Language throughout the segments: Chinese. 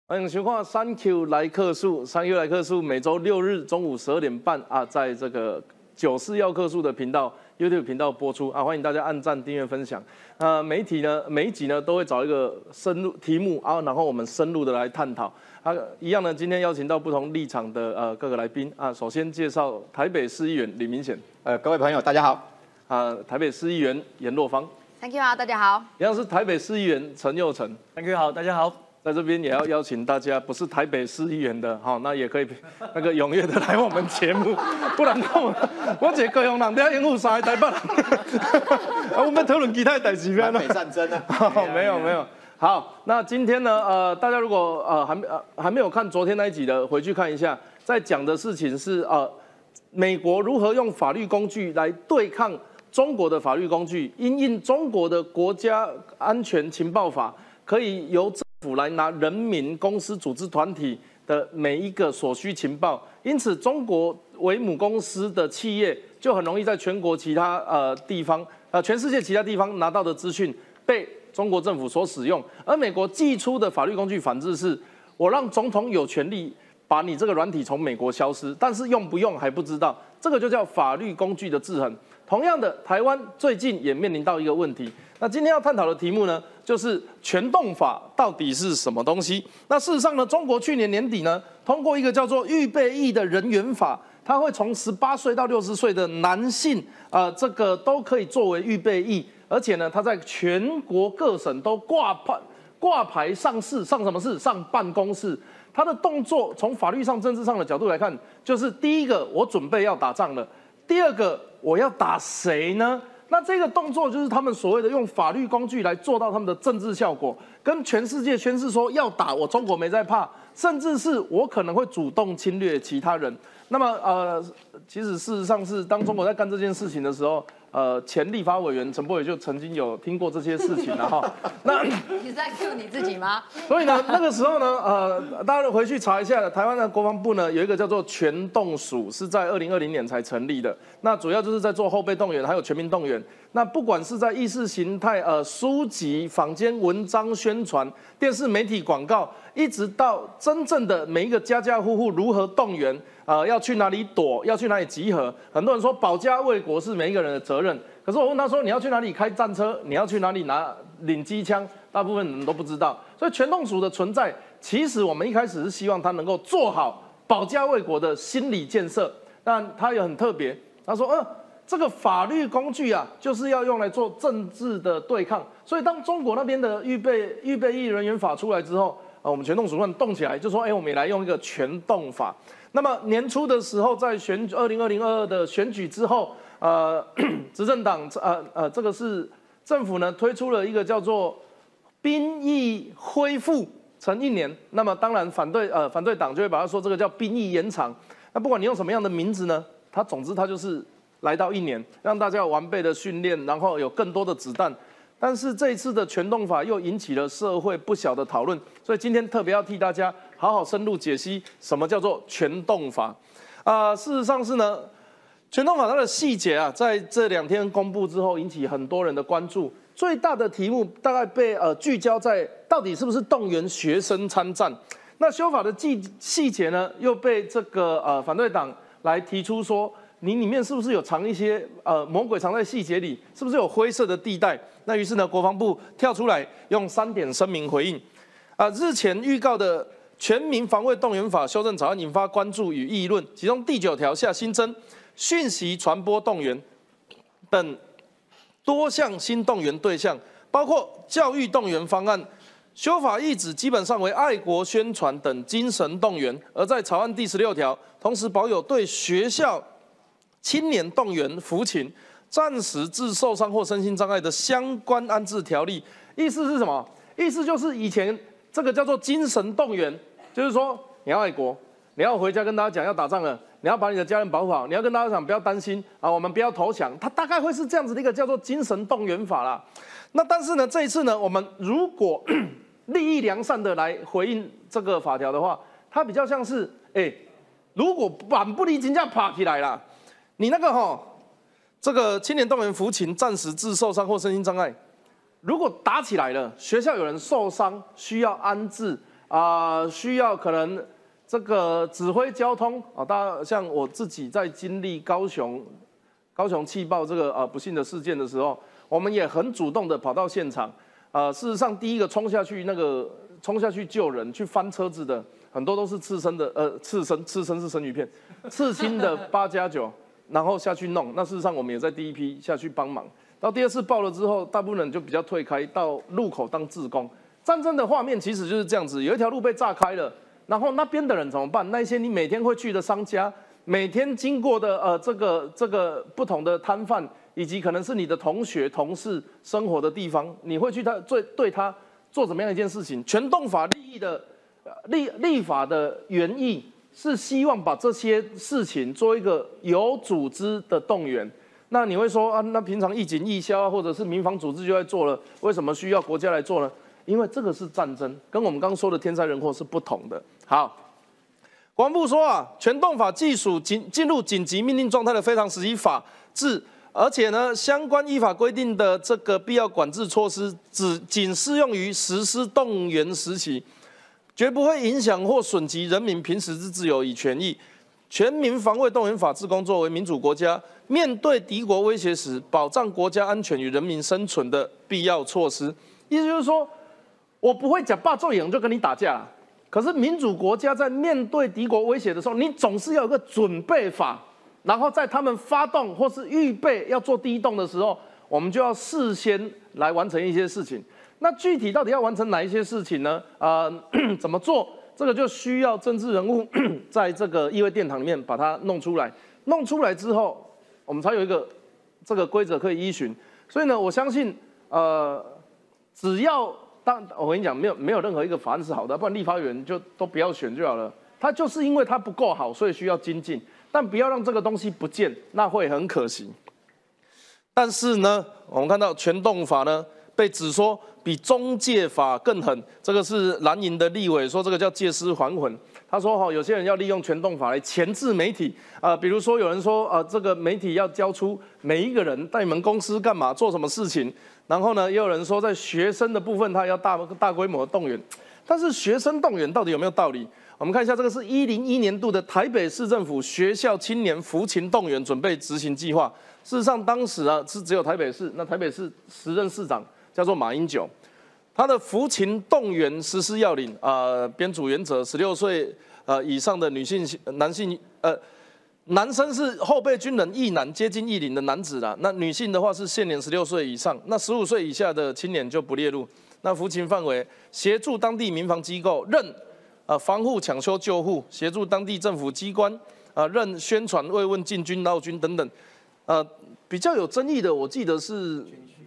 欢迎收看三 Q 来客诉，三 Q 来客诉每周6日中午12点半啊，在这个94要客诉的频道 YouTube 频道播出啊，欢迎大家按赞、订阅、分享。每一集呢都会找一个深入题目啊，然后我们深入的来探讨啊，一样呢，今天邀请到不同立场的各个来宾啊，首先介绍台北市议员李明显， 各位朋友大家好， 台北市议员颜若芳 ，Thank you 好，大家好， 一样是台北市议员陈佑成 ，Thank you 好，大家好。 在这边也要邀请大家，不是台北市议员的，好，那也可以那个踊跃的来我们节目，不然我这高雄人都要应付3个台北人，我们讨论其他代志南北战争啊， 没有。好，那今天呢，大家如果还没有看昨天那一集的，回去看一下，在讲的事情是美国如何用法律工具来对抗中国的法律工具，因应中国的国家安全情报法，可以由政府来拿人民、公司、组织、团体的每一个所需情报，因此中国为母公司的企业就很容易在全国其他地方全世界其他地方拿到的资讯被中国政府所使用，而美国寄出的法律工具反制是，我让总统有权利把你这个软体从美国消失，但是用不用还不知道，这个就叫法律工具的制衡。同样的，台湾最近也面临到一个问题。那今天要探讨的题目呢，就是全动法到底是什么东西？那事实上呢，中国去年年底呢，通过一个叫做预备役的人员法，它会从18岁到60岁的男性，这个都可以作为预备役，而且呢，它在全国各省都挂牌上市，上什么市？上办公室。它的动作从法律上、政治上的角度来看，就是第一个，我准备要打仗了；第二个，我要打谁呢？那这个动作就是他们所谓的用法律工具来做到他们的政治效果，跟全世界宣示说要打我中国没在怕，甚至是我可能会主动侵略其他人。那么其实事实上是当中国在干这件事情的时候，前立法委员陈柏惟就曾经有听过这些事情了哈。那你在 cue 你自己吗？ 所以呢，那个时候呢，大家回去查一下，台湾的国防部呢有一个叫做全动署，是在2020年才成立的。那主要就是在做后备动员，还有全民动员。那不管是在意识形态、书籍、坊间文章宣传、电视媒体广告，一直到真正的每一个家家户户如何动员。要去哪里躲？要去哪里集合？很多人说保家卫国是每一个人的责任，可是我问他说，你要去哪里开战车？你要去哪里领机枪？大部分人都不知道。所以全动署的存在，其实我们一开始是希望他能够做好保家卫国的心理建设，但他也很特别，他说，这个法律工具啊，就是要用来做政治的对抗。所以当中国那边的预备役人员法出来之后，我们全动署动起来，就说，我们也来用一个全动法。那么年初的时候，在2020-22的选举之后，执政党这个是政府呢推出了一个叫做兵役恢复成1年。那么当然反对党就会把它说这个叫兵役延长。那不管你用什么样的名字呢，总之它就是来到1年，让大家有完备的训练，然后有更多的子弹。但是这一次的全动法又引起了社会不小的讨论，所以今天特别要替大家好好深入解析什么叫做全动法。事实上是呢，全动法它的细节啊，在这2天公布之后，引起很多人的关注。最大的题目大概被聚焦在到底是不是动员学生参战。那修法的细节呢，又被这个反对党来提出说，你里面是不是有藏一些魔鬼藏在细节里，是不是有灰色的地带？那于是呢，国防部跳出来用3点声明回应。日前预告的全民防卫动员法修正草案引发关注与议论，其中第9条下新增讯息传播动员等多项新动员对象，包括教育动员方案。修法意旨基本上为爱国宣传等精神动员，而在草案第16条，同时保有对学校青年动员服勤、暂时致受伤或身心障碍的相关安置条例。意思是什么？意思就是以前这个叫做精神动员，就是说你要爱国，你要回家跟大家讲要打仗了，你要把你的家人保护好，你要跟大家讲不要担心我们不要投降。它大概会是这样子的一个叫做精神动员法啦。那但是呢，这一次呢，我们如果利益良善的来回应这个法条的话，它比较像是，如果板不离金价爬起来啦，你那个这个青年动员服勤、暂时致受伤或身心障碍，如果打起来了，学校有人受伤需要安置， 需要可能这个指挥交通啊，大家像我自己在经历高雄气爆这个不幸的事件的时候，我们也很主动的跑到现场。事实上第一个冲下去救人、去翻车子的，很多都是刺身是生鱼片，刺青的8+9，然后下去弄。那事实上我们也在第一批下去帮忙。到第二次爆了之后，大部分人就比较退开，到路口当志工。战争的画面其实就是这样子，有一条路被炸开了，然后那边的人怎么办？那些你每天会去的商家，每天经过的这个不同的摊贩，以及可能是你的同学、同事生活的地方，你会去对他做怎么样一件事情？全动法立法的原意是希望把这些事情做一个有组织的动员。那你会说那平常义警义消或者是民防组织就在做了，为什么需要国家来做呢？因为这个是战争，跟我们刚刚说的天灾人祸是不同的。好，国防部说全动法技术进入紧急命令状态的非常时期法制，而且呢，相关依法规定的这个必要管制措施仅适用于实施动员时期，绝不会影响或损及人民平时之自由与权益。全民防卫动员法制工作为民主国家面对敌国威胁时，保障国家安全与人民生存的必要措施。意思就是说，我不会假霸做赢就跟你打架，可是民主国家在面对敌国威胁的时候，你总是要有个准备法，然后在他们发动或是预备要做第一动的时候，我们就要事先来完成一些事情。那具体到底要完成哪一些事情呢？怎么做？这个就需要政治人物在这个议会殿堂里面把它弄出来。弄出来之后，我们才有一个这个规则可以依循。所以呢，我相信，只要我跟你讲，没有任何一个法案是好的，不然立法委员就都不要选就好了。他就是因为他不够好，所以需要精进，但不要让这个东西不见，那会很可惜。但是呢，我们看到全动法呢被指说比中介法更狠，这个是蓝营的立委说这个叫借尸还魂。他说有些人要利用全动法来钳制媒体比如说有人说这个媒体要交出每一个人在你们公司干嘛做什么事情，然后呢也有人说在学生的部分他要大规模的动员，但是学生动员到底有没有道理？我们看一下，这个是101年度的台北市政府学校青年服勤动员准备执行计划。事实上当时是只有台北市，那台北市时任市长叫做马英九。他的服勤动员实施要领编组原则：16岁以上的男生是后备军人役男，接近役龄的男子啦。那女性的话是现年16岁以上，那15岁以下的青年就不列入。那服勤范围协助当地民防机构防护、抢修、救护，协助当地政府机关任宣传、慰问、进军、闹军等等。比较有争议的，我记得是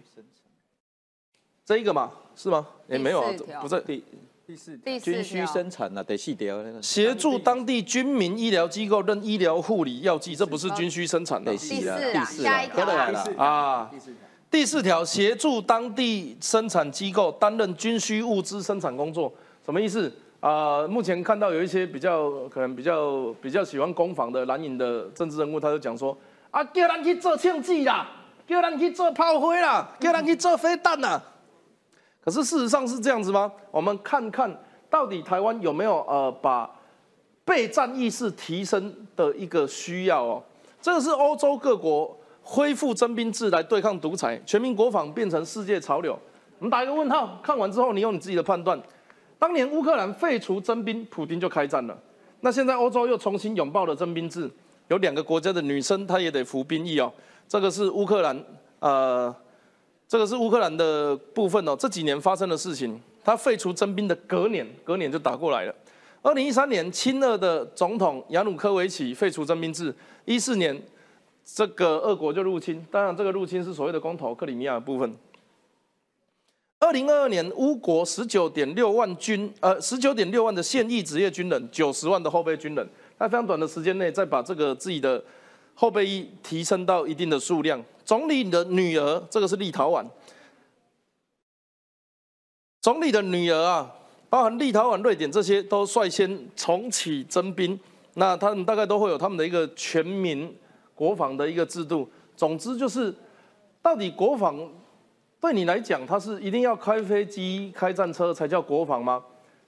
这一个嘛。是吗？也没有不在第四军需生产第4条， 协助当地军民医疗机构任医疗护理药剂，这不是军需生产的。 第4 下一条第4条协助当地生产机构担任军需物资生产工作，什么意思？目前看到有一些可能比较喜欢攻防的蓝营的政治人物，他就讲说叫咱去做枪支啦，叫咱去做炮灰啦，叫咱去做飞弹啦。可是事实上是这样子吗？我们看看到底台湾有没有把备战意识提升的一个需要这个是欧洲各国恢复征兵制来对抗独裁，全民国防变成世界潮流。我们打一个问号，看完之后你有你自己的判断。当年乌克兰废除征兵，普丁就开战了。那现在欧洲又重新拥抱了征兵制，有2个国家的女生她也得服兵役这个是乌克兰这个是乌克兰的部分这几年发生的事情，他废除征兵的隔年就打过来了。2013年，亲俄的总统亚努科维奇废除征兵制，14年这个俄国就入侵，当然这个入侵是所谓的公投克里米亚的部分。2022年，乌国19.6万的现役职业军人，90万的后备军人，在非常短的时间内再把这个自己的后备役提升到一定的数量。总理的女儿，这个是立陶宛。总理的女儿包含立陶宛、瑞典这些都率先重启征兵，那他们大概都会有他们的一个全民国防的一个制度。总之就是，到底国防对你来讲，它是一定要开飞机、开战车才叫国防吗？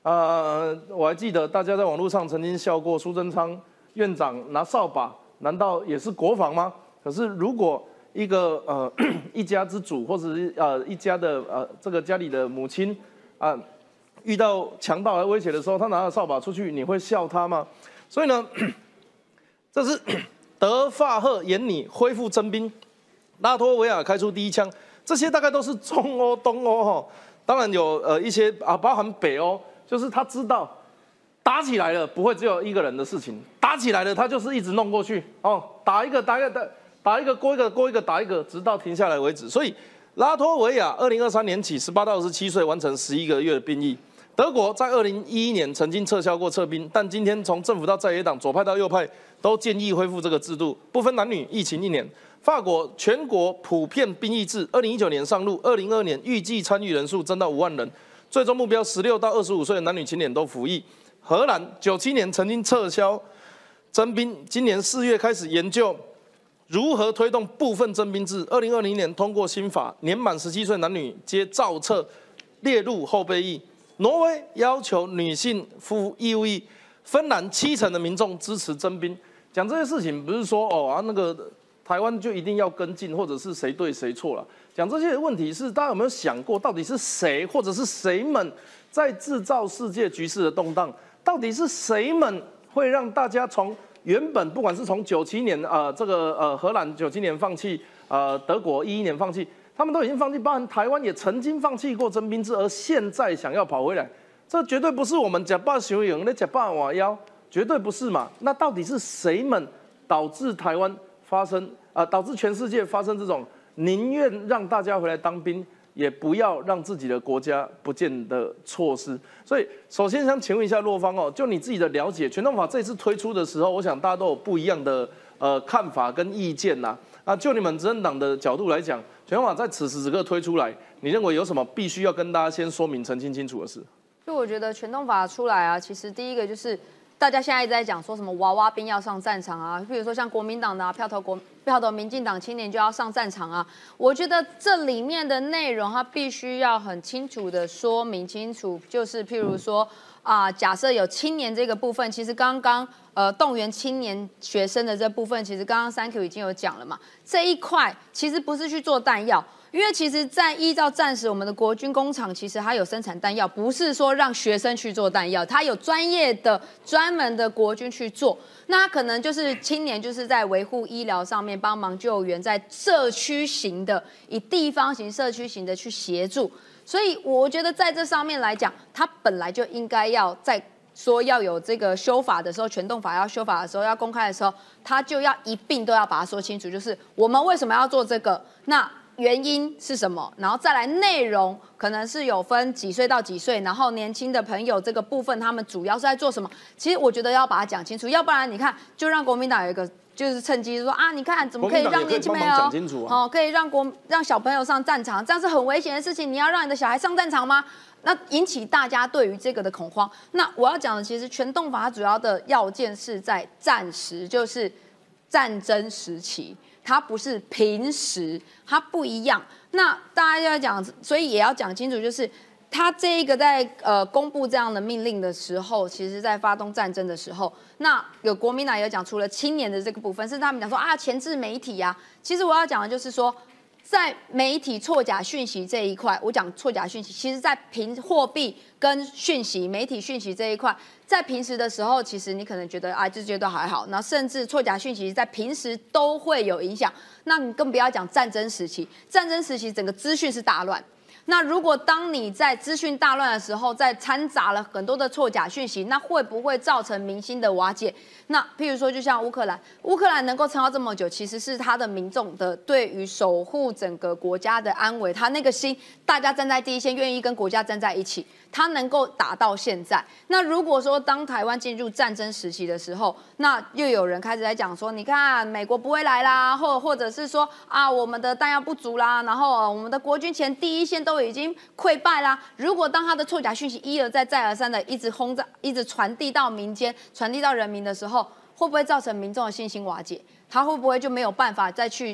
我还记得大家在网络上曾经笑过苏贞昌院长拿扫把，难道也是国防吗？可是如果一个一家之主，或者是一家的这个家里的母亲遇到强盗来威胁的时候，他拿着扫把出去，你会笑他吗？所以呢，这是德法赫研拟恢复征兵，拉脱维亚开出第一枪，这些大概都是中欧、东欧哈，当然有一些包含北欧，就是他知道打起来了不会只有一个人的事情，打起来了他就是一直弄过去哦，打一个过一个打一个，直到停下来为止。所以拉脱维亚2023年起18到27岁完成11个月的兵役。德国在2011年曾经撤销过撤兵，但今天从政府到在野党，左派到右派都建议恢复这个制度，不分男女，疫情1年。法国全国普遍兵役制，2019年上路，2022年预计参与人数增到5万人，最终目标16到25岁的男女青年都服役。荷兰97年曾经撤销征兵，今年4月开始研究如何推动部分征兵制，2020年通过新法，年满17岁男女皆照册列入后备役。挪威要求女性服义务役，芬兰70%的民众支持征兵。讲这些事情不是说那个台湾就一定要跟进，或者是谁对谁错了。讲这些问题是大家有没有想过，到底是谁或者是谁们在制造世界局势的动荡？到底是谁们会让大家从原本不管是从97年荷兰97年放弃，德国11年放弃。他们都已经放弃，包含台湾也曾经放弃过征兵制，而现在想要跑回来，这绝对不是我们假扮雄鹰的假扮瓦腰，绝对不是嘛？那到底是谁们导致台湾发生导致全世界发生这种宁愿让大家回来当兵，也不要让自己的国家不见的措施？所以，首先想请问一下洛方就你自己的了解，全动法这次推出的时候，我想大家都有不一样的看法跟意见呐。就你们执政党的角度来讲，全动法在此时此刻推出来，你认为有什么必须要跟大家先说明、澄清清楚的事？ 就我觉得全动法出来其实第一个就是大家现在一直在讲说什么娃娃兵要上战场譬如说像国民党的票投民进党青年就要上战场我觉得这里面的内容它必须要很清楚的说明清楚，就是譬如说假设有青年这个部分，其实刚刚动员青年学生的这部分，其实刚刚3Q 已经有讲了嘛。这一块其实不是去做弹药，因为其实在依照战时，我们的国军工厂其实它有生产弹药，不是说让学生去做弹药，它有专业的专门的国军去做。那可能就是青年就是在维护医疗上面帮忙救援，在社区型的以地方型、社区型的去协助。所以我觉得在这上面来讲，它本来就应该要在说要有这个修法的时候，全动法要修法的时候，要公开的时候，它就要一并都要把它说清楚，就是我们为什么要做这个，那原因是什么，然后再来内容可能是有分几岁到几岁，然后年轻的朋友这个部分他们主要是在做什么，其实我觉得要把它讲清楚，要不然你看就让国民党有一个就是趁机说你看怎么可以让年轻朋友可以让小朋友上战场，这样是很危险的事情。你要让你的小孩上战场吗？那引起大家对于这个的恐慌。那我要讲的其实全动法它主要的要件是在战时，就是战争时期，它不是平时，它不一样。那大家要讲，所以也要讲清楚，就是他这一个在公布这样的命令的时候，其实在发动战争的时候，那有国民党有讲，除了青年的这个部分，是他们讲说钳制媒体其实我要讲的就是说，在媒体错假讯息这一块，我讲错假讯息，其实在货币跟讯息、媒体讯息这一块，在平时的时候，其实你可能觉得这阶段还好，然后甚至错假讯息在平时都会有影响。那你更不要讲战争时期，战争时期整个资讯是大乱。那如果当你在资讯大乱的时候，在掺杂了很多的错假讯息，那会不会造成民心的瓦解？那譬如说，就像乌克兰能够撑到这么久，其实是他的民众的对于守护整个国家的安危，他那个心，大家站在第一线，愿意跟国家站在一起，他能够打到现在。那如果说当台湾进入战争时期的时候，那又有人开始在讲说，你看美国不会来啦，或者是说我们的弹药不足啦，然后我们的国军前第一线都已经溃败啦。如果当他的错假讯息一而再再而三的一直轰炸，一直传递到民间，传递到人民的时候，会不会造成民众的信心瓦解？他会不会就没有办法再去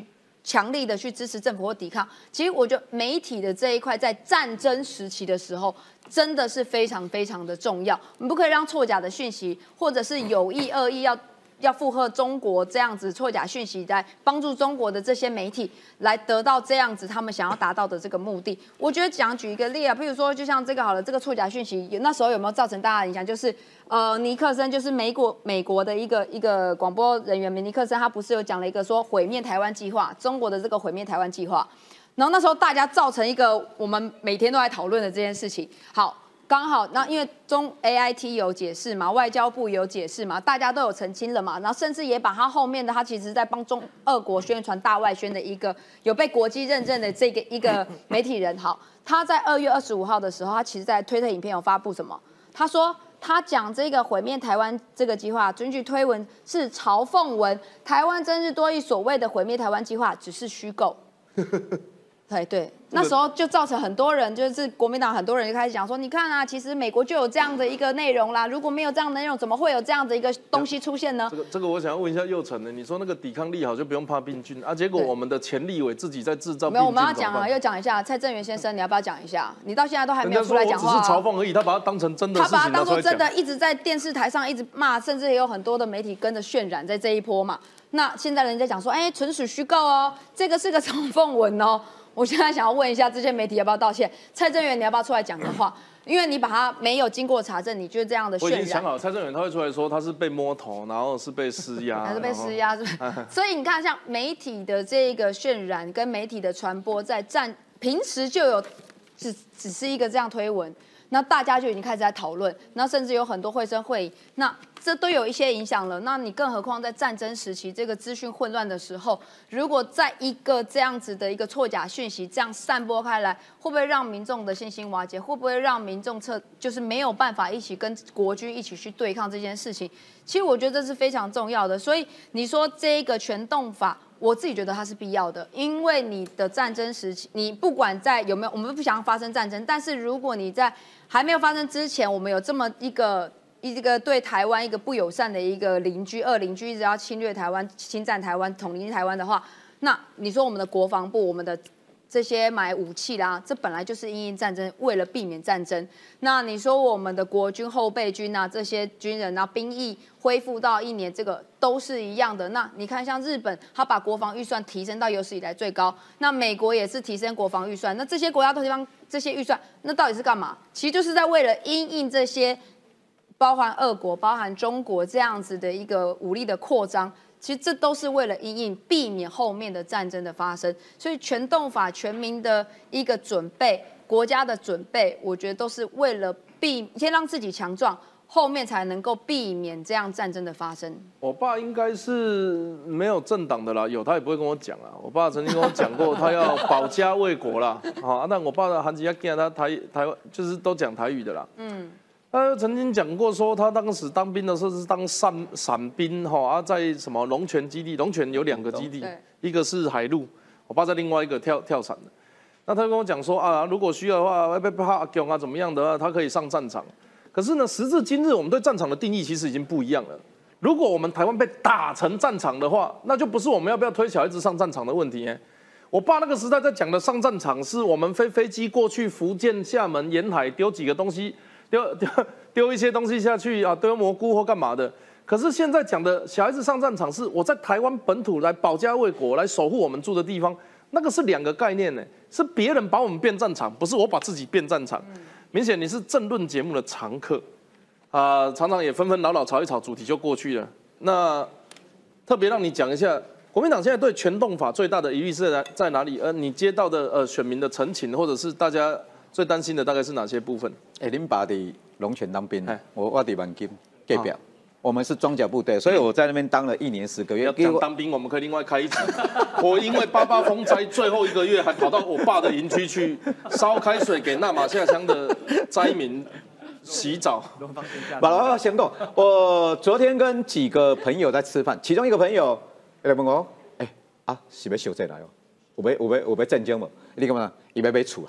强力的去支持政府或抵抗。其实我觉得媒体的这一块在战争时期的时候，真的是非常非常的重要。我们不可以让错假的讯息，或者是有意恶意要附和中国这样子错假讯息，来帮助中国的这些媒体来得到这样子他们想要达到的这个目的。我觉得举一个例啊，譬如说就像这个好了，这个错假讯息那时候有没有造成大家的影响？就是尼克森就是美国的一个广播人员，尼克森他不是有讲了一个说毁灭台湾计划，中国的这个毁灭台湾计划，然后那时候大家造成一个我们每天都在讨论的这件事情。好。刚好，那因为AIT 有解释嘛，外交部有解释嘛，大家都有澄清了嘛，然后甚至也把他后面的他其实在帮俄国宣传大外宣的一个有被国际认证的一个媒体人，好，他在2月25号的时候，他其实在推特影片有发布什么？他说他讲这个毁灭台湾这个计划，根据推文是嘲讽文，台湾真是多以所谓的毁灭台湾计划只是虚构。对，那时候就造成很多人，就是国民党很多人就开始讲说，你看啊，其实美国就有这样的一个内容啦，如果没有这样的内容，怎么会有这样的一个东西出现呢？ 这个我想要问一下佑成的，你说那个抵抗力好就不用怕病菌啊，结果我们的前立委自己在制造病菌。没有， 我们要讲啊，又讲一下蔡正元先生，你要不要讲一下？你到现在都还没有出来讲话。 我只是嘲讽而已，他把它当成真的事情拿出来讲。 他把它当作真的，一直在电视台上一直骂，甚至也有很多的媒体跟着渲染在这一波嘛。那现在人家讲说，纯属虚构哦，这个是个嘲讽文哦。我现在想要问一下这些媒体要不要道歉？蔡正元，你要不要出来讲个话？因为你把他没有经过查证，你觉得这样的渲染？ 我已经想好，蔡正元他会出来说他是被摸头，然后是被施压， 还是被施压？是不是？所以你看，像媒体的这个渲染跟媒体的传播，在平时就有只是一个这样推文。那大家就已经开始在讨论，那甚至有很多会声会影，那这都有一些影响了。那你更何况在战争时期，这个资讯混乱的时候，如果在一个这样子的一个错假讯息这样散播开来，会不会让民众的信心瓦解？会不会让民众就是没有办法一起跟国军一起去对抗这件事情？其实我觉得这是非常重要的。所以你说这个全动法，我自己觉得它是必要的，因为你的战争时期，你不管在有没有，我们不想要发生战争，但是如果你在还没有发生之前，我们有这么一个对台湾一个不友善的一个恶邻居，一直要侵略台湾、侵占台湾、统领台湾的话，那你说我们的国防部、我们的这些买武器啦，这本来就是因应战争，为了避免战争。那你说我们的国军后备军啊，这些军人啊，兵役恢复到1年，这个都是一样的。那你看，像日本，他把国防预算提升到有史以来最高，那美国也是提升国防预算，那这些国家都提升这些预算，那到底是干嘛？其实就是在为了因应这些包含俄国、包含中国这样子的一个武力的扩张。其实这都是为了因应避免后面的战争的发生，所以全动法全民的一个准备，国家的准备，我觉得都是为了先让自己强壮，后面才能够避免这样战争的发生。 我爸应该是没有政党的啦，有他也不会跟我讲啊。我爸曾经跟我讲过，他要保家卫国啦，好，但我爸的韩吉亚健他台湾就是都讲台语的啦，他曾经讲过说，他当时当兵的时候是当伞兵哈，在什么龙泉基地，龙泉有2个基地，一个是海陆，我爸在另外一个跳伞的。那他跟我讲说啊，如果需要的话，被怕囧啊怎么样的话，他可以上战场。可是呢，时至今日，我们对战场的定义其实已经不一样了。如果我们台湾被打成战场的话，那就不是我们要不要推小孩子上战场的问题。我爸那个时代在讲的上战场，是我们飞机过去福建、厦门沿海丢几个东西。丢一些东西下去啊，丢蘑菇或干嘛的。可是现在讲的小孩子上战场，是我在台湾本土来保家卫国，来守护我们住的地方，那个是2个概念呢。是别人把我们变战场，不是我把自己变战场。明显你是政论节目的常客常常也纷纷扰扰吵一吵，主题就过去了。那特别让你讲一下，国民党现在对全动法最大的疑虑是在哪里？你接到的选民的陈情，或者是大家最担心的大概是哪些部分？ 恁爸在龙泉当兵，我在万金隔壁，我们是装甲部队，所以我在那边当了1年10个月。 要讲当兵，我们可以另外开一集。我因为88风灾最后1个月，还跑到我爸的营区去烧开水给纳马夏乡的灾民洗澡。 我先讲，我昨天跟几个朋友在吃饭，其中一个朋友来问我，是要烧这来哦？有要战争无？你干嘛？伊要买厝啊？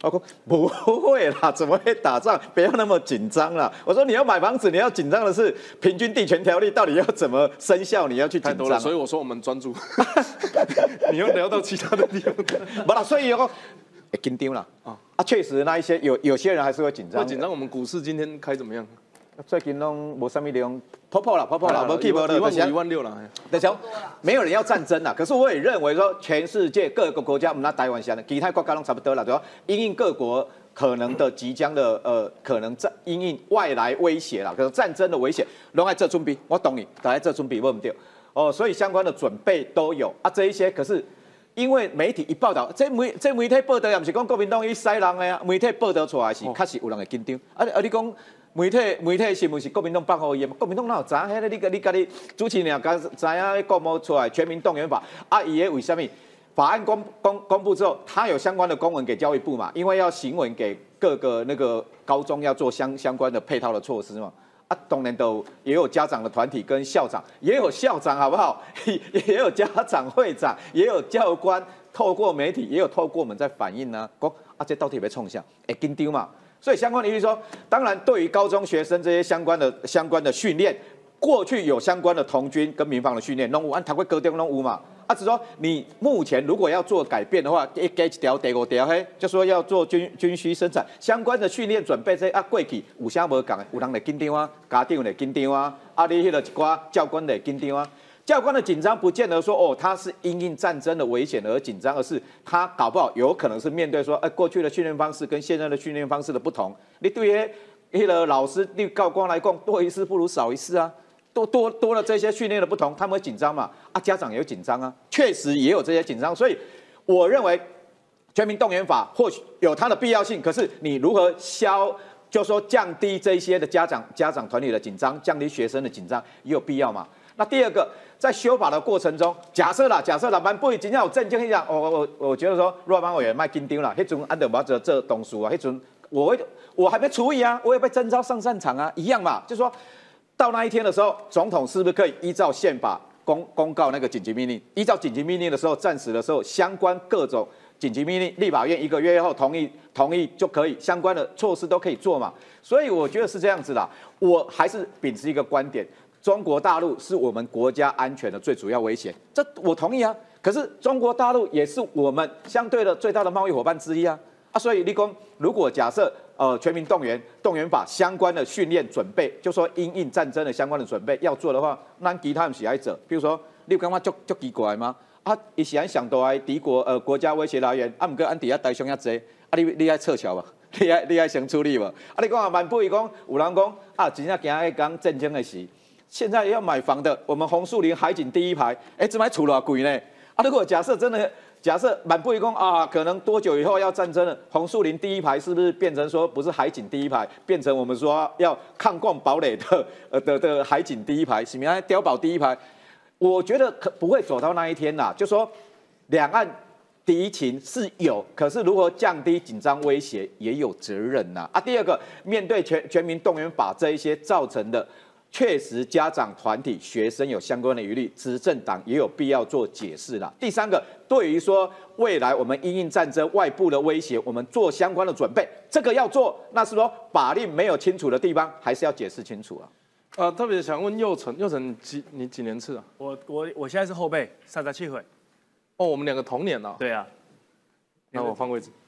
我说不会啦，怎么会打仗？不要那么紧张啦。我说你要买房子，你要紧张的是平均地权条例到底要怎么生效，你要去紧张。太多了， 所以我说我们专注。你又聊到其他的地方， 不啦，所以有个紧张啦确实那一些有些人还是会紧张。 会紧张。我们股市今天开怎么样？ 最近拢无什么内容，破啦，无起无落 ，15000啦。 但是没有人要战争啦。可是我也认为说，全世界各个国家，我们拿台湾先，其他国家都差不多啦，对吧？因应各国可能的即将的可能因应外来威胁啦，可能战争的危险，拢爱做准备。我懂你，大家做准备，我唔对所以相关的准备都有这一些，可是。因为媒体一报道，这媒体报道也不是讲国民党去塞人的啊，媒体报道出来是确实有人会紧张。你讲媒体新闻是国民党放好伊，国民党哪有知？迄你家己主持人刚知影公布出来全民动员法伊个为什么？法案公布之后，他有相关的公文给教育部嘛？因为要行文给各个那个高中要做相关的配套的措施嘛。当然也有家长的团体跟校长，也有校长好不好？也有家长会长，也有教官，透过媒体，也有透过我们在反映呢。讲这到底要冲向？紧张嘛。所以相关的意思说，当然对于高中学生这些相关的训练，过去有相关的童军跟民防的训练，拢有按台湾高中拢有嘛。只说你目前如果要做改变的话，加一条第5条就说要做军需生产相关的训练准备这过去有啥无讲的，有人会紧张啊，家长会紧张啊，你迄个一寡教官会紧张啊。教官的紧张不见得说他是因应战争的危险而紧张，而是他搞不好有可能是面对说过去的训练方式跟现在的训练方式的不同。你对迄个老师，你教官来讲，多一事不如少一事啊。多了这些训练的不同，他们会紧张嘛？家长也有紧张啊，确实也有这些紧张，所以我认为全民动员法或许有它的必要性，可是你如何就说降低这些的家长团体的紧张，降低学生的紧张，也有必要嘛？那第二个，在修法的过程中，假设啦，蛮不会真正有正经一讲，我觉得说若班委员卖紧张啦，迄阵安德巴这董事啊，迄阵我还没处理啊，我也被征召上战场啊，一样嘛，就是说。到那一天的时候，总统是不是可以依照宪法公告那个紧急命令？依照紧急命令的时候，战时的时候，相关各种紧急命令，立法院1个月后同意就可以，相关的措施都可以做嘛。所以我觉得是这样子啦。我还是秉持一个观点：中国大陆是我们国家安全的最主要威胁，这我同意啊。可是中国大陆也是我们相对的最大的贸易伙伴之一啊。所以立功，如果假设全民动员法相关的训练准备，就说因应战争的相关的准备要做的话，咱其他不是爱做。比如说，你有感觉足奇怪吗？伊是按上大的敌国国家威胁来源，唔过按底下台商遐济，你爱撤侨吧？你爱先处理吧？你讲蛮不伊讲，有人讲真正今日讲战争的事，现在要买房的，我们红树林海景第一排，这买厝偌贵呢？如果假设满不一公可能多久以后要战争了？红树林第一排是不是变成说不是海景第一排，变成我们说要抗共堡垒的海景第一排，什么碉堡第一排？我觉得不会走到那一天啦。就说两岸敌情是有，可是如何降低紧张威胁也有责任呐。第二个，面对全民动员法这一些造成的。确实，家长团体、学生有相关的疑虑，执政党也有必要做解释啦。第三个，对于说未来我们因应战争、外部的威胁，我们做相关的准备，这个要做，那是说法令没有清楚的地方，还是要解释清楚啊。 特别想问佑成，你几年次啊？ 我现在是后辈，37岁。 我们两个同年啊。 对啊。 那我换位置。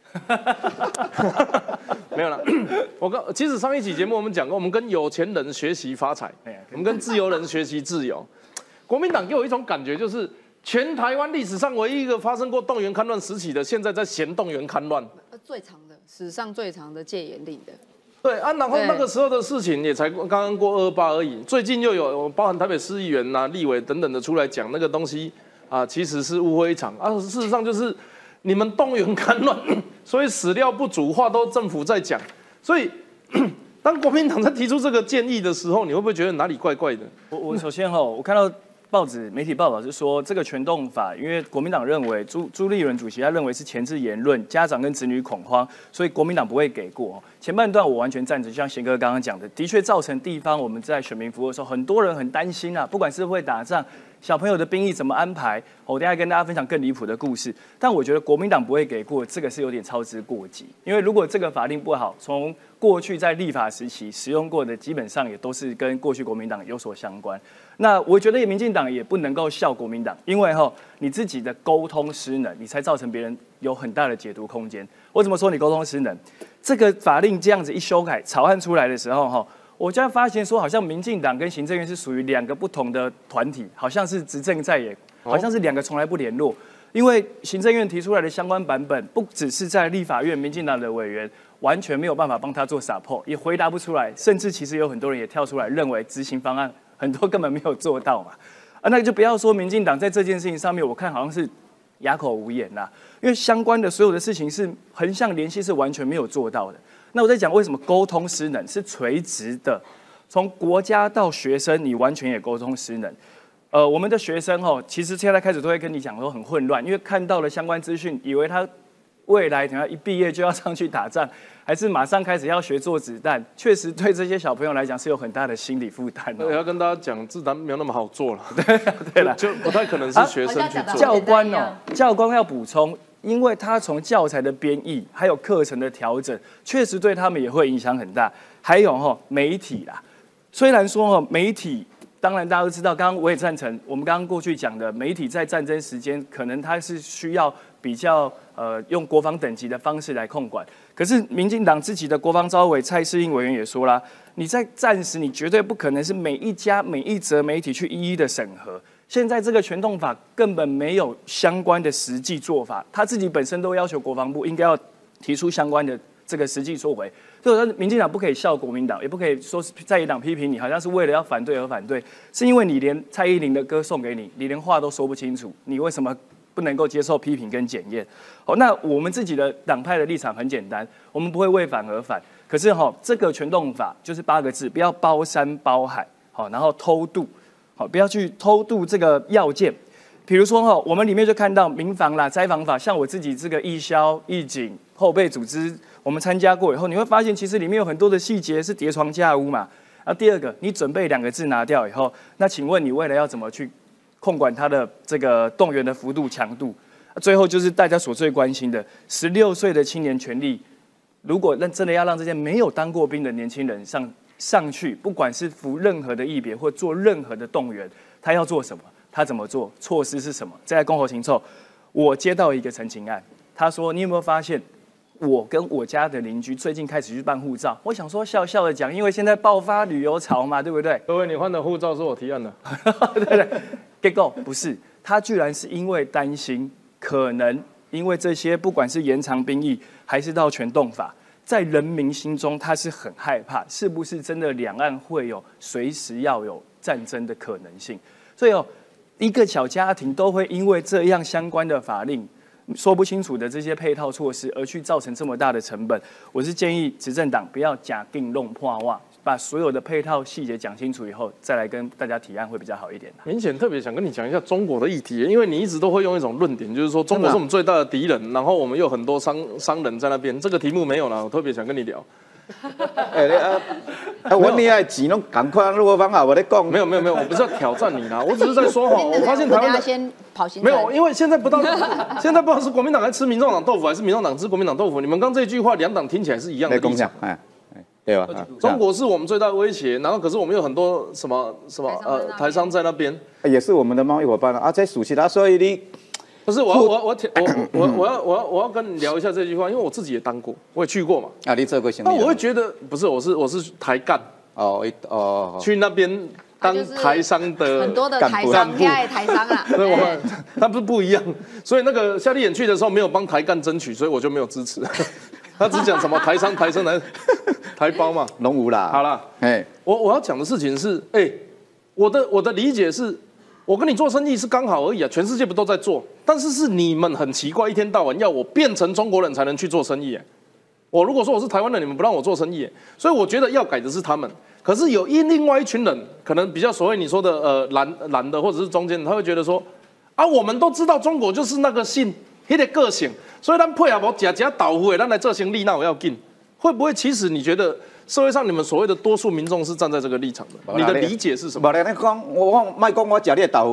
没有了。其实上一期节目我们讲过，我们跟有钱人学习发财，我们跟自由人学习自由。国民党给我一种感觉，就是全台湾历史上唯一一个发生过动员戡乱时期的，现在在嫌动员戡乱。 最长的，史上最长的戒严令的。 对然后那个时候的事情也才刚刚过228而已，最近又有包含台北市议员立委等等的出来讲那个东西其实是误会一场事实上就是你们动员戡乱，所以史料不足，话都政府在讲，所以当国民党在提出这个建议的时候，你会不会觉得哪里怪怪的？ 我首先我看到报纸媒体报道是说，这个全动法，因为国民党认为朱立伦主席他认为是前置言论，家长跟子女恐慌，所以国民党不会给过。前半段我完全赞成，就像贤哥刚刚讲的，的确造成地方我们在选民服务的时候，很多人很担心不管是会打仗， 小朋友的兵役怎么安排？我等一下跟大家分享更离谱的故事。但我觉得国民党不会给过，这个是有点操之过急。因为如果这个法令不好，从过去在立法时期使用过的，基本上也都是跟过去国民党有所相关。那我觉得民进党也不能够笑国民党，因为你自己的沟通失能，你才造成别人有很大的解读空间。我怎么说你沟通失能？这个法令这样子一修改，草案出来的时候我就发现说，好像民进党跟行政院是属于两个不同的团体，好像是执政在野，好像是两个从来不联络。因为行政院提出来的相关版本，不只是在立法院民进党的委员完全没有办法帮他做support，也回答不出来，甚至其实有很多人也跳出来认为执行方案很多根本没有做到嘛。那就不要说民进党在这件事情上面，我看好像是哑口无言啦，因为相关的所有的事情是横向联系是完全没有做到的。那我在讲为什么沟通失能是垂直的，从国家到学生，你完全也沟通失能。我们的学生其实现在开始都会跟你讲说很混乱，因为看到了相关资讯，以为他未来等下一毕业就要上去打仗，还是马上开始要学做子弹，确实对这些小朋友来讲是有很大的心理负担。 要跟大家讲，子弹没有那么好做了。 对了， 就不太可能是学生去做。 教官要补充。因为他从教材的编译还有课程的调整，确实对他们也会影响很大。还有媒体啦，虽然说媒体，当然大家都知道，刚刚我也赞成我们刚刚过去讲的，媒体在战争时间可能它是需要比较用国防等级的方式来控管。可是民进党自己的国防召委蔡适应委员也说啦，你在战时你绝对不可能是每一家每一则媒体去一一的审核。现在这个全动法根本没有相关的实际做法，他自己本身都要求国防部应该要提出相关的这个实际作为。所以我说，民进党不可以笑国民党，也不可以说在野党批评你，好像是为了要反对而反对，是因为你连蔡依林的歌送给你，你连话都说不清楚，你为什么不能够接受批评跟检验？那我们自己的党派的立场很简单，我们不会为反而反。可是这个全动法就是8个字，不要包山包海，然后偷渡。不要去偷渡这个要件，比如说我们里面就看到民防啦、灾防法，像我自己这个义消、义警、后备组织，我们参加过以后，你会发现其实里面有很多的细节是叠床架屋嘛。第二个，你准备2个字拿掉以后，那请问你未来要怎么去控管它的这个动员的幅度、强度？最后就是大家所最关心的16岁的青年权利，如果真的要让这些没有当过兵的年轻人上去，不管是服任何的役别或做任何的动员，他要做什么，他怎么做，措施是什么？再来公侯情凑，我接到一个陈情案，他说你有没有发现，我跟我家的邻居最近开始去办护照？我想说笑笑的讲，因为现在爆发旅游潮嘛，对不对？ 各位，你换的护照是我提案的， 对对，结果不是，他居然是因为担心，可能因为这些不管是延长兵役，还是到全动法。在人民心中，他是很害怕，是不是真的两岸会有随时要有战争的可能性？所以一个小家庭都会因为这样相关的法令说不清楚的这些配套措施，而去造成这么大的成本。我是建议执政党不要假定弄破袜，把所有的配套细节讲清楚以后，再来跟大家提案会比较好一点。 明显特别想跟你讲一下中国的议题，因为你一直都会用一种论点，就是说中国是我们最大的敌人，然后我们有很多商人在那边。这个题目没有了，我特别想跟你聊。 我你爱钱拢赶快，如果方法我在讲。 没有，我不是要挑战你啦，我只是在说我发现台湾的先跑行没有，因为现在不知道是国民党在吃民众党豆腐，还是民众党吃国民党豆腐。你们刚这句话，两党听起来是一样的立场。 对吧？ 中国是我们最大的威胁，然后可是我们有很多什么台商在那边， 也是我们的贸易伙伴啊，在属其他，所以你不是我要跟你聊一下这句话，因为我自己也当过，我也去过嘛。 啊，你这个行。 那我会觉得不是，我是台干去那边当台商的很多的台商，台商啊， 对，我们他不一样，所以那个夏立言去的时候没有帮台干争取，所以我就没有支持。他只讲什么台商来台胞嘛， 龙武啦。 好啦，我要讲的事情是，我的理解是，我跟你做生意是刚好而已啊，全世界不都在做，但是是你们很奇怪，一天到晚要我变成中国人才能去做生意。我如果说我是台湾人，你们不让我做生意，所以我觉得要改的是他们。可是有另外一群人，可能比较所谓你说的蓝的或者是中间，他会觉得说，我们都知道中国就是那个性。那个个性，所以咱配合无假豆腐的，咱来做生意，那我要紧。会不会其实你觉得社会上你们所谓的多数民众是站在这个立场的？你的理解是什么？ 无咧，你讲我卖讲我食你的豆腐，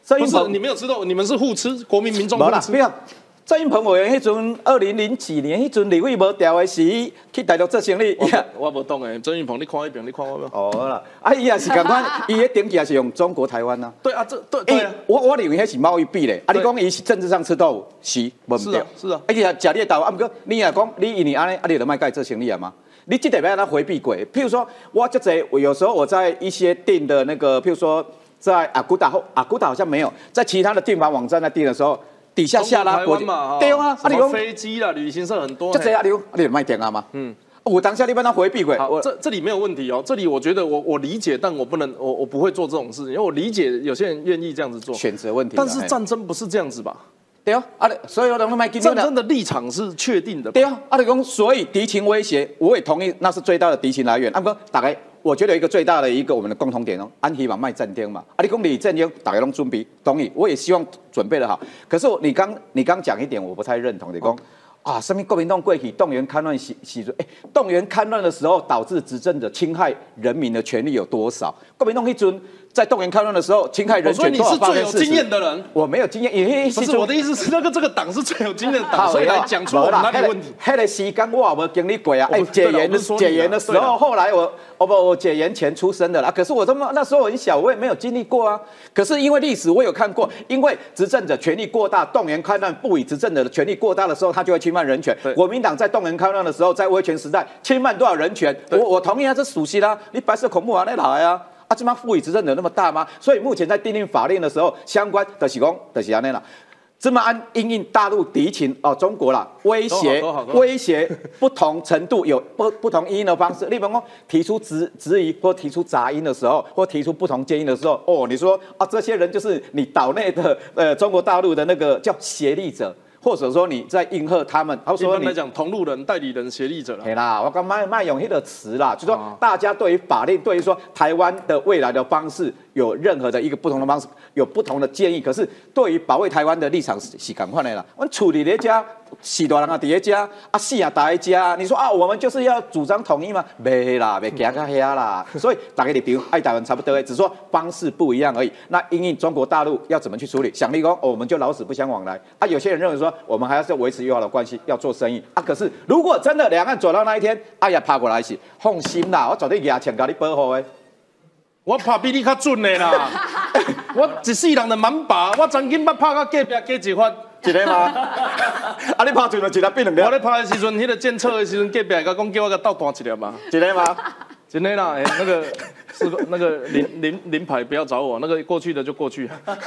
不是你没有吃到，你们是互吃，国民民众互吃。 郑运鹏委员迄阵2000几年，迄阵立委无调的时去大陆做生意。 我无懂诶，郑运鹏，你看一遍，你看我没有？ 哦啦，伊也是共款，伊迄登记也是用中国台湾呐。 对啊，对啊。 我认为迄是贸易壁垒。你讲伊是政治上吃豆腐，是无唔对。 是啊。 而且食你的豆腐，啊，不过你也讲你因为安尼，你就卖甲伊做生意啊吗？你这得要他回避过。譬如说，我有时候我在一些订的那个，譬如说在阿古达好像没有，在其他的订房网站在订的时候。底下下拉国嘛， 对啊， 你讲飞机啦，旅行社很多。 就这样，你卖电啊吗？我当下你帮他回避过。 这里没有问题哦，这里我觉得我理解，但我不能，我不会做这种事情，因为我理解有些人愿意这样子做。 选择问题。 但是战争不是这样子吧？ 对啊，所以我都卖给你战争的立场是确定的。 对啊，你讲，所以敌情威胁，我也同意，那是最大的敌情来源。不过大概。我觉得有一个最大的我们的共同点哦，安希望卖战争嘛，你讲你战争大家都准备，同意，我也希望准备的好。可是你刚讲一点我不太认同，你讲什么国民党过去动员戡乱动员戡乱的时候导致执政者侵害人民的权利有多少？国民党一尊。在动员戡乱的时候，侵害人权， 所以你是最有经验的人。 我没有经验， 不是我的意思是，这个党是最有经验的党，所以来讲出我们哪里问题。 那个时间我也没经历过啊。解严的时候，后来我解严前出生的啦。可是那时候我很小，我也没有经历过啊。可是因为历史我有看过，因为执政者权力过大，动员戡乱不以执政者的权力过大的时候，他就会侵犯人权。国民党在动员戡乱的时候，在威权时代侵犯多少人权？我同意啊，这属实啦。你白色恐怖啊，那来啊。这帮赋予执政者那么大吗？所以目前在订定法令的时候，相关的是安尼啦，这么按因应大陆敌情中国啦威胁不同程度有不同因应的方式。例如说提出质疑或提出杂音的时候，或提出不同建议的时候，你说这些人就是你岛内的中国大陆的那个叫协力者。或者说你在应和他们， 一般来讲，同路人、代理人、协力者啦。 对啦，我刚卖用那个词啦，就说大家对于法令，对于说台湾的未来的方式，有任何的一个不同的方式，有不同的建议。可是对于保卫台湾的立场是同款的啦。我处理在家，死大人啊，在家死啊，大家。你说我们就是要主张统一吗？没啦，没行到遐啦。所以大家立场爱台湾差不多，只是说方式不一样而已。那因应中国大陆要怎么去处理？想立功，我们就老死不相往来。有些人认为说。我们还要维持友好的关系，要做生意可是如果真的两岸走到那一天，爬过来是放心啦，我绝对牙签给你保护的。 我拍比你较准的啦，我一世人就蛮拔，我曾经捌拍到隔壁加一发。 一个吗？你拍准了一粒变两粒。 我咧拍的时阵，迄个检测的时阵，隔壁甲讲叫我甲倒弹一粒嘛。 一个吗？ 真的啦，那个林牌不要找我，那个过去的就过去。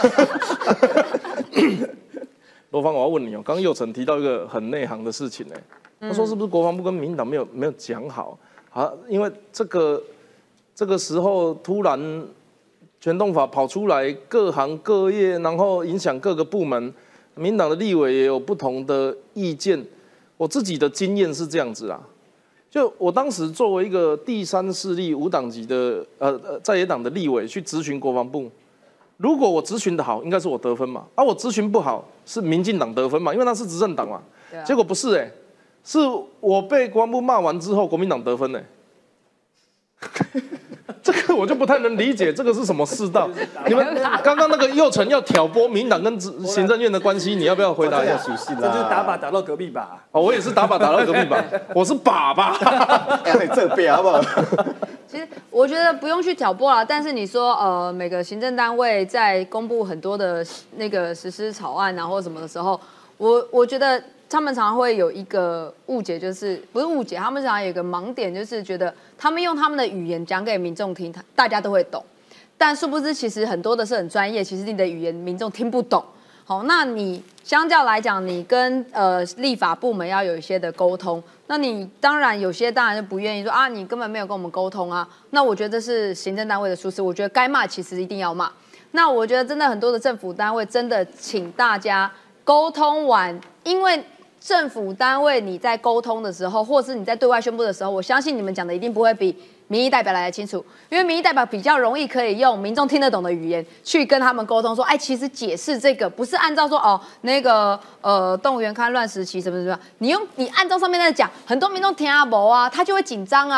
罗芳，我要问你刚佑成提到一个很内行的事情他说是不是国防部跟民进党没有讲好因为这个时候突然全动法跑出来，各行各业，然后影响各个部门，民进党的立委也有不同的意见。我自己的经验是这样子啦，就我当时作为一个第三势力无党籍的在野党的立委去质询国防部。如果我质询的好，应该是我得分嘛，我质询不好是民进党得分嘛，因为那是执政党嘛。结果不是是我被国防部骂完之后，国民党得分这个我就不太能理解，这个是什么世道？你们刚刚那个佑成要挑拨民进党跟行政院的关系，你要不要回答一下？ 这就是打靶打到隔壁靶。 我也是打靶打到隔壁靶，我是靶吧？ 你这边好不好？ 其实我觉得不用去挑拨啦，但是你说每个行政单位在公布很多的那个实施草案或者什么的时候，我觉得他们常常会有一个误解，就是不是误解，他们常常有一个盲点，就是觉得他们用他们的语言讲给民众听，大家都会懂，但殊不知其实很多的是很专业，其实你的语言民众听不懂。好，那你相较来讲，你跟立法部门要有一些的沟通，那你当然有些当然就不愿意说你根本没有跟我们沟通那我觉得这是行政单位的疏失，我觉得该骂其实一定要骂。那我觉得真的很多的政府单位真的请大家沟通完，因为政府单位你在沟通的时候，或是你在对外宣布的时候，我相信你们讲的一定不会比民意代表来得清楚，因为民意代表比较容易可以用民众听得懂的语言去跟他们沟通，说，其实解释这个不是按照说那个动员戡乱时期什么什么，你按照上面在讲，很多民众听不懂他就会紧张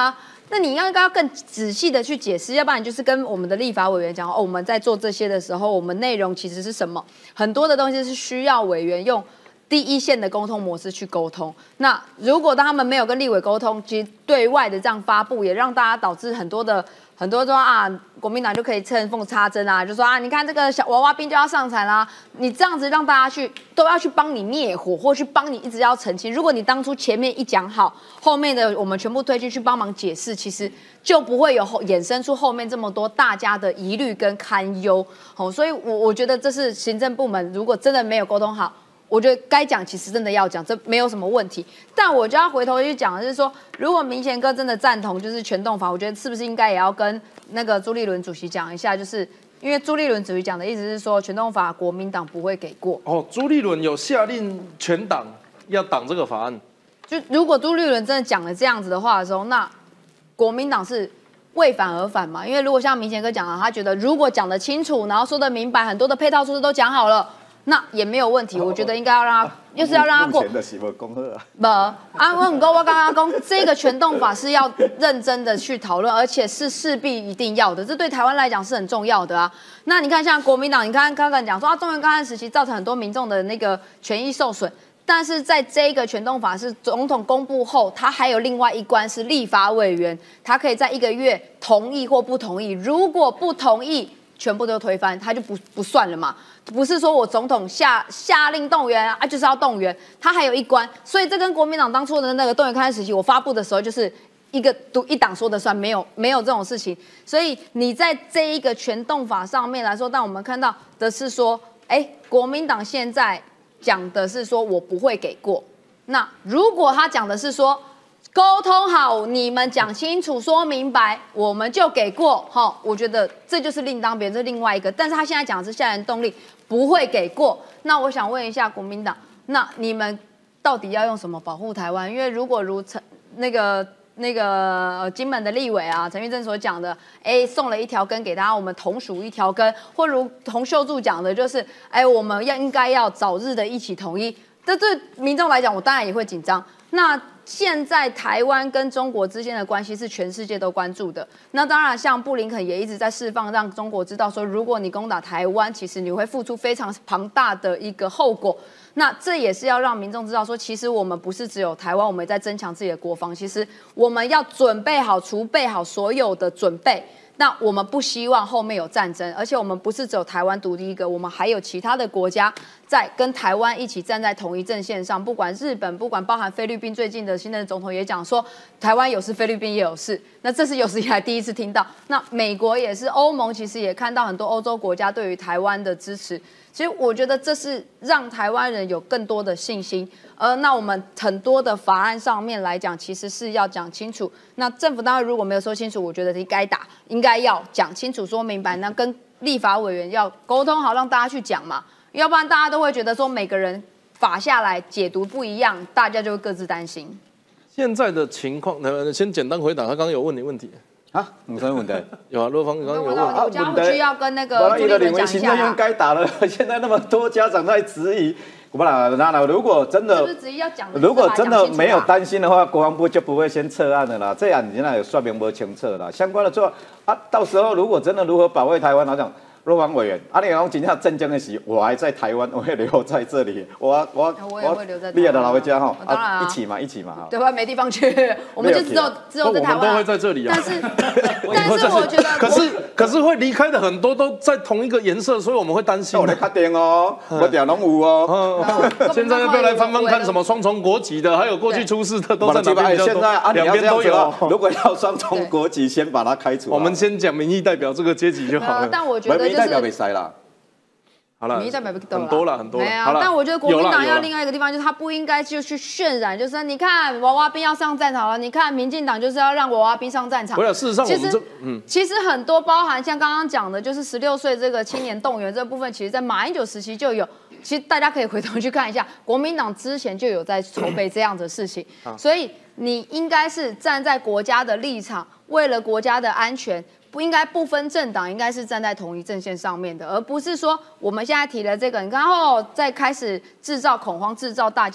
那你应该要更仔细的去解释，要不然就是跟我们的立法委员讲哦，我们在做这些的时候，我们内容其实是什么，很多的东西是需要委员用第一线的沟通模式去沟通。那如果当他们没有跟立委沟通，其实对外的这样发布，也让大家导致很多说啊，国民党就可以趁缝插针啊，就说啊，你看这个小娃娃兵就要上场啦，你这样子让大家都要去帮你灭火，或去帮你一直要澄清。如果你当初前面一讲好，后面的我们全部推进去帮忙解释，其实就不会有衍生出后面这么多大家的疑虑跟堪忧。所以我觉得这是行政部门如果真的没有沟通好。我觉得该讲其实真的要讲，这没有什么问题。但我就要回头去讲的是说，如果明贤哥真的赞同就是全动法，我觉得是不是应该也要跟那个朱立伦主席讲一下，就是因为朱立伦主席讲的意思是说，全动法国民党不会给过。 哦，朱立伦有下令全党要挡这个法案。 就如果朱立伦真的讲了这样子的话的时候，那国民党是为反而反嘛？因为如果像明贤哥讲的，他觉得如果讲得清楚，然后说得明白，很多的配套措施都讲好了。那也没有问题，我觉得应该要让他，就是要让他过。 目前的是无恭贺啊。 不，我刚刚讲这个全动法是要认真的去讨论，而且是势必一定要的，这对台湾来讲是很重要的啊。那你看，像国民党，你看刚刚讲说中原干案时期造成很多民众的那个权益受损，但是在这个全动法是总统公布后，他还有另外一关是立法委员，他可以在1个月同意或不同意，如果不同意，全部都推翻，他就不算了嘛。不是说我总统下令动员啊，就是要动员，他还有一关，所以这跟国民党当初的那个动员戡乱时期，我发布的时候就是一党说的算，没有这种事情。所以你在这一个全动法上面来说，但我们看到的是说，国民党现在讲的是说我不会给过，那如果他讲的是说沟通好，你们讲清楚说明白，我们就给过。我觉得这就是另当别论，这是另外一个。但是他现在讲的是下人动力不会给过。那我想问一下国民党，那你们到底要用什么保护台湾？因为如果如那个金门的立委啊，陈玉珍所讲的，送了一条根给大家，我们同属一条根，或如洪秀柱讲的，就是我们应该要早日的一起统一。这对民众来讲，我当然也会紧张。那现在台湾跟中国之间的关系是全世界都关注的。那当然，像布林肯也一直在释放，让中国知道说，如果你攻打台湾，其实你会付出非常庞大的一个后果。那这也是要让民众知道说，其实我们不是只有台湾，我们也在增强自己的国防。其实我们要准备好、储备好所有的准备。那我们不希望后面有战争，而且我们不是只有台湾独立一个，我们还有其他的国家在跟台湾一起站在同一阵线上。不管日本，不管包含菲律宾，最近的新任总统也讲说，台湾有事，菲律宾也有事。那这是有史以来第一次听到。那美国也是，欧盟其实也看到很多欧洲国家对于台湾的支持。其实我觉得这是让台湾人有更多的信心，那我们很多的法案上面来讲，其实是要讲清楚。那政府当然如果没有说清楚，我觉得应该要讲清楚、说明白，那跟立法委员要沟通好，让大家去讲嘛，要不然大家都会觉得说每个人法下来解读不一样，大家就会各自担心。 现在的情况，先简单回答，他刚刚有问你问题。 啊，没什么问题。 有啊，若芳刚刚有问。 我家回去要跟那个朱立伦讲一下。 行政院该打了，现在那么多家长在质疑，我们如果真的，如果真的没有担心的话，国防部就不会先撤案了啦。这样你现在有说明不清楚啦，相关的做啊，到时候如果真的如何保卫台湾，好像。若芳委员，你讲真正镇江的时，我还在台湾，我会留在这里。我也会留在台湾。 你也的老家哈， 当然啊， 一起嘛。 对吧？没地方去，我们就只有在台湾。 我们都会在这里啊。 但是我觉得， 可是会离开的很多都在同一个颜色，所以我们会担心。 我来确定哦，我条拢有哦。 现在要不要来翻翻看什么双重国籍的，还有过去出事的都在哪边比较多？ 现在两边都有。 如果要双重国籍，先把它开除。 我们先讲民意代表这个阶级就好了。 但我觉得。 代表被塞了， 好了，很多了，很多了。 但我觉得国民党要另外一个地方，就是他不应该就去渲染，就是你看娃娃兵要上战场了，你看民进党就是要让娃娃兵上战场。 事实上， 其实很多包含像刚刚讲的，就是16岁这个青年动员这部分，其实在马英九时期就有。其实大家可以回头去看一下，国民党之前就有在筹备这样的事情，所以你应该是站在国家的立场，为了国家的安全。不应该不分政党，应该是站在同一阵线上面的，而不是说我们现在提了这个，你看后再开始制造恐慌，制造大家的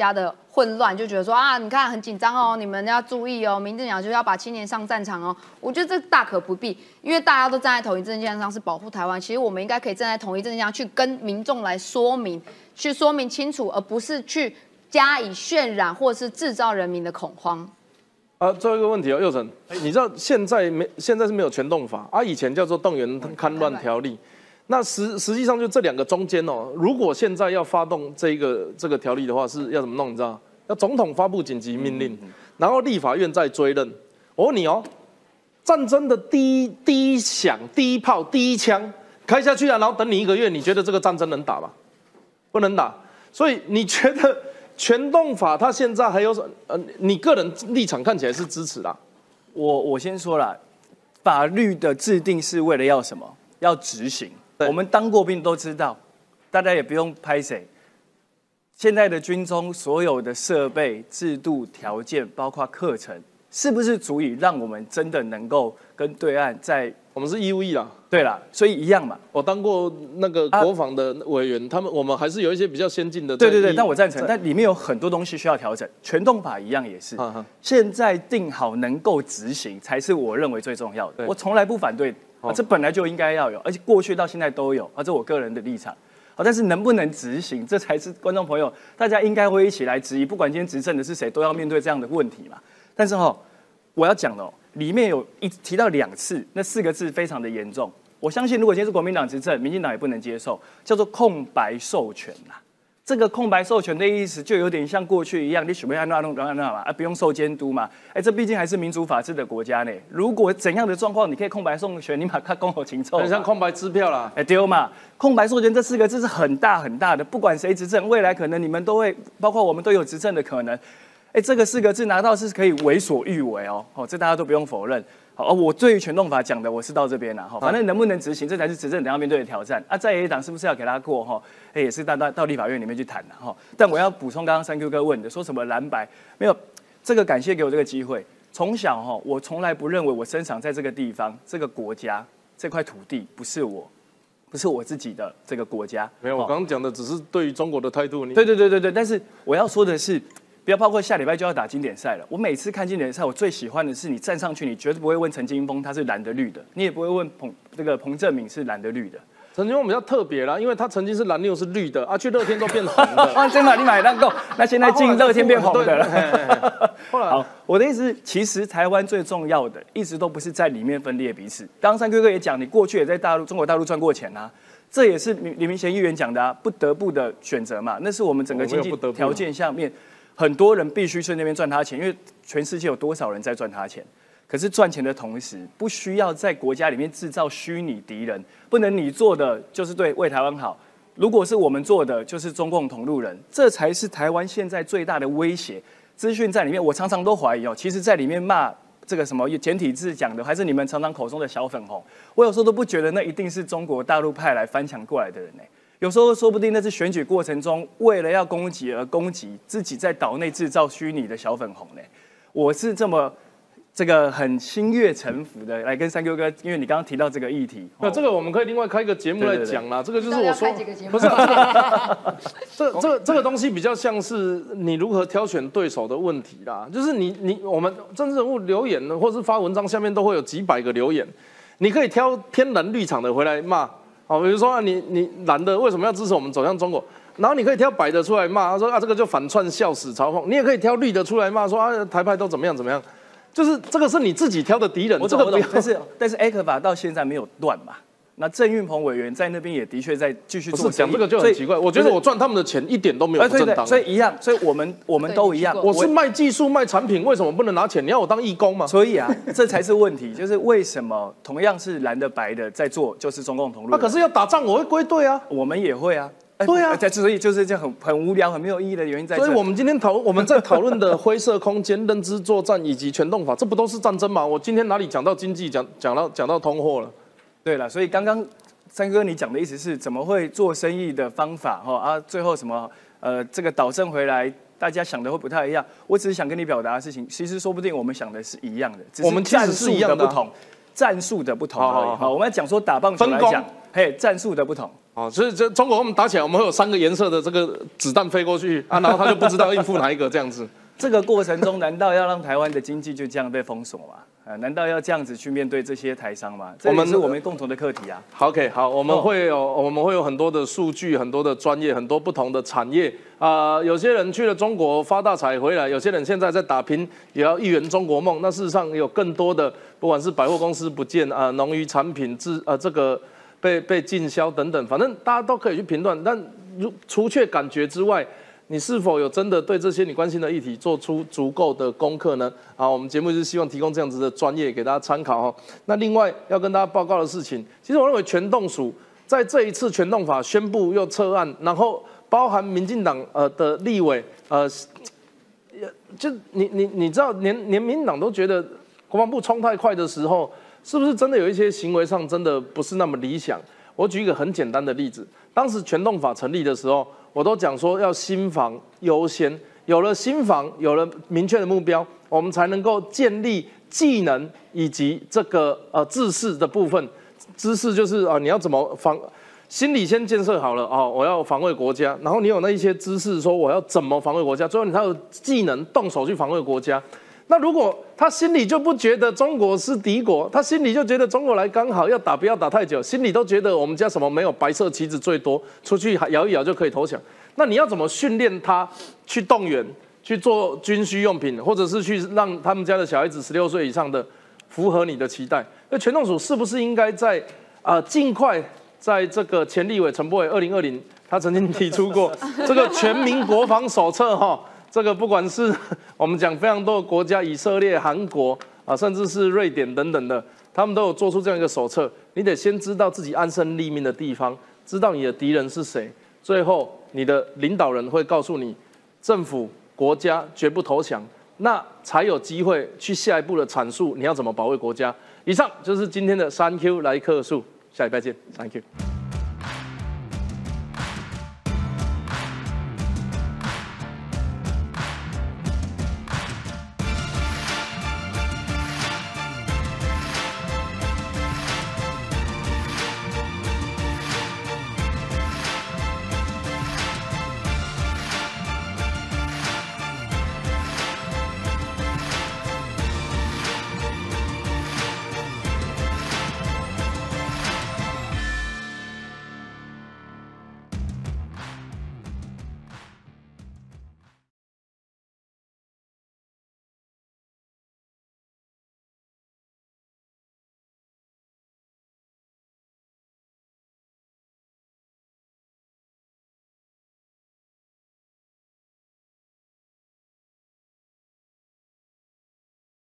混乱，就觉得说啊，你看很紧张哦，你们要注意哦，民进党就要把青年上战场哦。我觉得这大可不必，因为大家都站在同一阵线上，是保护台湾。其实我们应该可以站在同一阵线上去跟民众来说明，去说明清楚，而不是去加以渲染或是制造人民的恐慌。 最后一个问题哦，佑成，你知道现在是没有全动法啊，以前叫做动员戡乱条例。那实际上就这两个中间哦，如果现在要发动这个条例的话，是要怎么弄？你知道？要总统发布紧急命令，然后立法院再追认。我问你哦，战争的第一响、第一炮、第一枪开下去啊，然后等你1个月，你觉得这个战争能打吗？不能打。所以你觉得全动法它现在还有你个人立场看起来是支持啦。 我先说啦，法律的制定是为了要什么？要执行。我们当过兵都知道，大家也不用拍谁。现在的军中所有的设备、制度、条件，包括课程，是不是足以让我们真的能够跟对岸在？ 我们是义务役啦。 对啦，所以一样嘛。 我当过那个国防的委员，我们还是有一些比较先进的。 对，但我赞成，但里面有很多东西需要调整。全动法一样也是，现在定好能够执行，才是我认为最重要的。我从来不反对。这本来就应该要有，而且过去到现在都有这我个人的立场。但是能不能执行，这才是观众朋友大家应该会一起来质疑。不管今天执政的是谁，都要面对这样的问题嘛。但是我要讲的里面有提到2次，那4个字非常的严重。我相信如果今天是国民党执政，民进党也不能接受，叫做空白授权啦。这个空白授权的意思就有点像过去一样，你许不要弄嘛，不用受监督嘛。这毕竟还是民主法治的国家呢。如果怎样的状况，你可以空白授权，你把它公有情臭， 很像空白支票啦。 丢嘛，空白授权这4个字是很大很大的，不管谁执政，未来可能你们都会，包括我们都有执政的可能。这个4个字拿到是可以为所欲为哦，这大家都不用否认。我对于全动法讲的我是到这边啦，反正能不能执行，这才是执政党要面对的挑战。在野党是不是要给他过？也是到立法院里面去谈啦。但我要补充刚刚3Q 哥问的，说什么蓝白没有这个，感谢给我这个机会。从小我从来不认为我生长在这个地方、这个国家、这块土地不是我自己的这个国家。 没有，我刚刚讲的只是对于中国的态度。 对，但是我要说的是。不要，包括下礼拜就要打经典赛了。我每次看经典赛，我最喜欢的是你站上去，你绝对不会问陈金锋他是蓝的绿的，你也不会问彭政闵是蓝的绿的。 陈金锋比较特别啦，因为他曾经是蓝又是绿的去乐天都变红的。 真的，你买那够，那现在进乐天变红的了。好，我的意思是，其实台湾最重要的一直都不是在里面分裂彼此。刚刚3Q哥也讲，你过去也在中国大陆赚过钱啊。这也是李明贤议员讲的不得不的选择嘛，那是我们整个经济条件下面。很多人必须去那边赚他钱，因为全世界有多少人在赚他钱？可是赚钱的同时，不需要在国家里面制造虚拟敌人，不能你做的就是为台湾好，如果是我们做的就是中共同路人，这才是台湾现在最大的威胁。资讯在里面，我常常都怀疑其实在里面骂这个什么简体字讲的，还是你们常常口中的小粉红，我有时候都不觉得那一定是中国大陆派来翻墙过来的人呢。有时候说不定那是选举过程中为了要攻击而攻击，自己在岛内制造虚拟的小粉红呢。我是这个很心悦诚服的来跟3Q哥，因为你刚刚提到这个议题， 那这个我们可以另外开一个节目来讲啦。这个就是我说， 不是这个东西比较像是你如何挑选对手的问题啦。就是我们政治人物留言或是发文章下面都会有几百个留言，你可以挑偏蓝绿场的回来骂。比如说你蓝的为什么要支持我们走向中国？然后你可以挑白的出来骂，他说这个就反串笑死嘲讽。你也可以挑绿的出来骂，说台派都怎么样怎么样。就是这个是你自己挑的敌人， 我懂，但是 ECFA 法到现在没有断嘛。那郑运鹏委员在那边也的确在继续做， 不是讲这个就很奇怪。我觉得我赚他们的钱一点都没有不正当， 所以一样，所以我们都一样。 我是卖技术卖产品，为什么不能拿钱？你要我当义工吗？ 所以这才是问题，就是为什么同样是蓝的白的在做，就是中共同路。 可是要打仗我会归队啊， 我们也会啊。 对啊， 所以就是这样很无聊、很没有意义的原因在这。 所以我们今天我们在讨论的灰色空间、认知作战以及全动法，这不都是战争吗？我今天哪里讲到经济，讲到通货了？ 对了，所以刚刚3哥你讲的意思是怎么会做生意的方法最后什么这个导正回来，大家想的会不太一样。我只是想跟你表达的事情，其实说不定我们想的是一样的，只是战术的不同，战术的不同而已。好，我们要讲说打棒球来讲，战术的不同。 哦，所以这中国我们打起来，我们会有3个颜色的这个子弹飞过去啊，然后他就不知道应付哪一个这样子。 这个过程中，难道要让台湾的经济就这样被封锁吗？难道要这样子去面对这些台商吗？这也是我们共同的课题啊。 OK， 好，我们会有很多的数据，很多的专业，很多不同的产业有些人去了中国发大财回来，有些人现在在打拼，也要一圆中国梦。那事实上有更多的，不管是百货公司不见农渔产品这个被禁销等等，反正大家都可以去评断。但除却感觉之外，你是否有真的对这些你关心的议题做出足够的功课呢？好，我们节目就是希望提供这样子的专业给大家参考哈。那另外要跟大家报告的事情，其实我认为全动署在这一次全动法宣布又撤案，然后包含民进党的立委就你知道连民进党都觉得国防部冲太快的时候，是不是真的有一些行为上真的不是那么理想？我举一个很简单的例子，当时全动法成立的时候，我都讲说要新防优先，有了新防，有了明确的目标，我们才能够建立技能以及这个知识的部分。知识就是你要怎么防，心理先建设好了我要防卫国家，然后你有那一些知识说我要怎么防卫国家，最后你才有技能动手去防卫国家。那如果他心里就不觉得中国是敌国，他心里就觉得中国来刚好要打，不要打太久，心里都觉得我们家什么没有白色旗子最多，出去摇一摇就可以投降。那你要怎么训练他去动员，去做军需用品，或者是去让他们家的小孩子16岁以上的符合你的期待？那全动署是不是应该在尽快在这个前立委陈柏惟2020，他曾经提出过这个全民国防手册这个不管是我们讲非常多的国家，以色列、韩国甚至是瑞典等等的，他们都有做出这样一个手册。你得先知道自己安身立命的地方，知道你的敌人是谁，最后你的领导人会告诉你，政府、国家绝不投降，那才有机会去下一步的阐述你要怎么保卫国家。以上就是今天的3Q 来客数，下礼拜见 ，Thank you。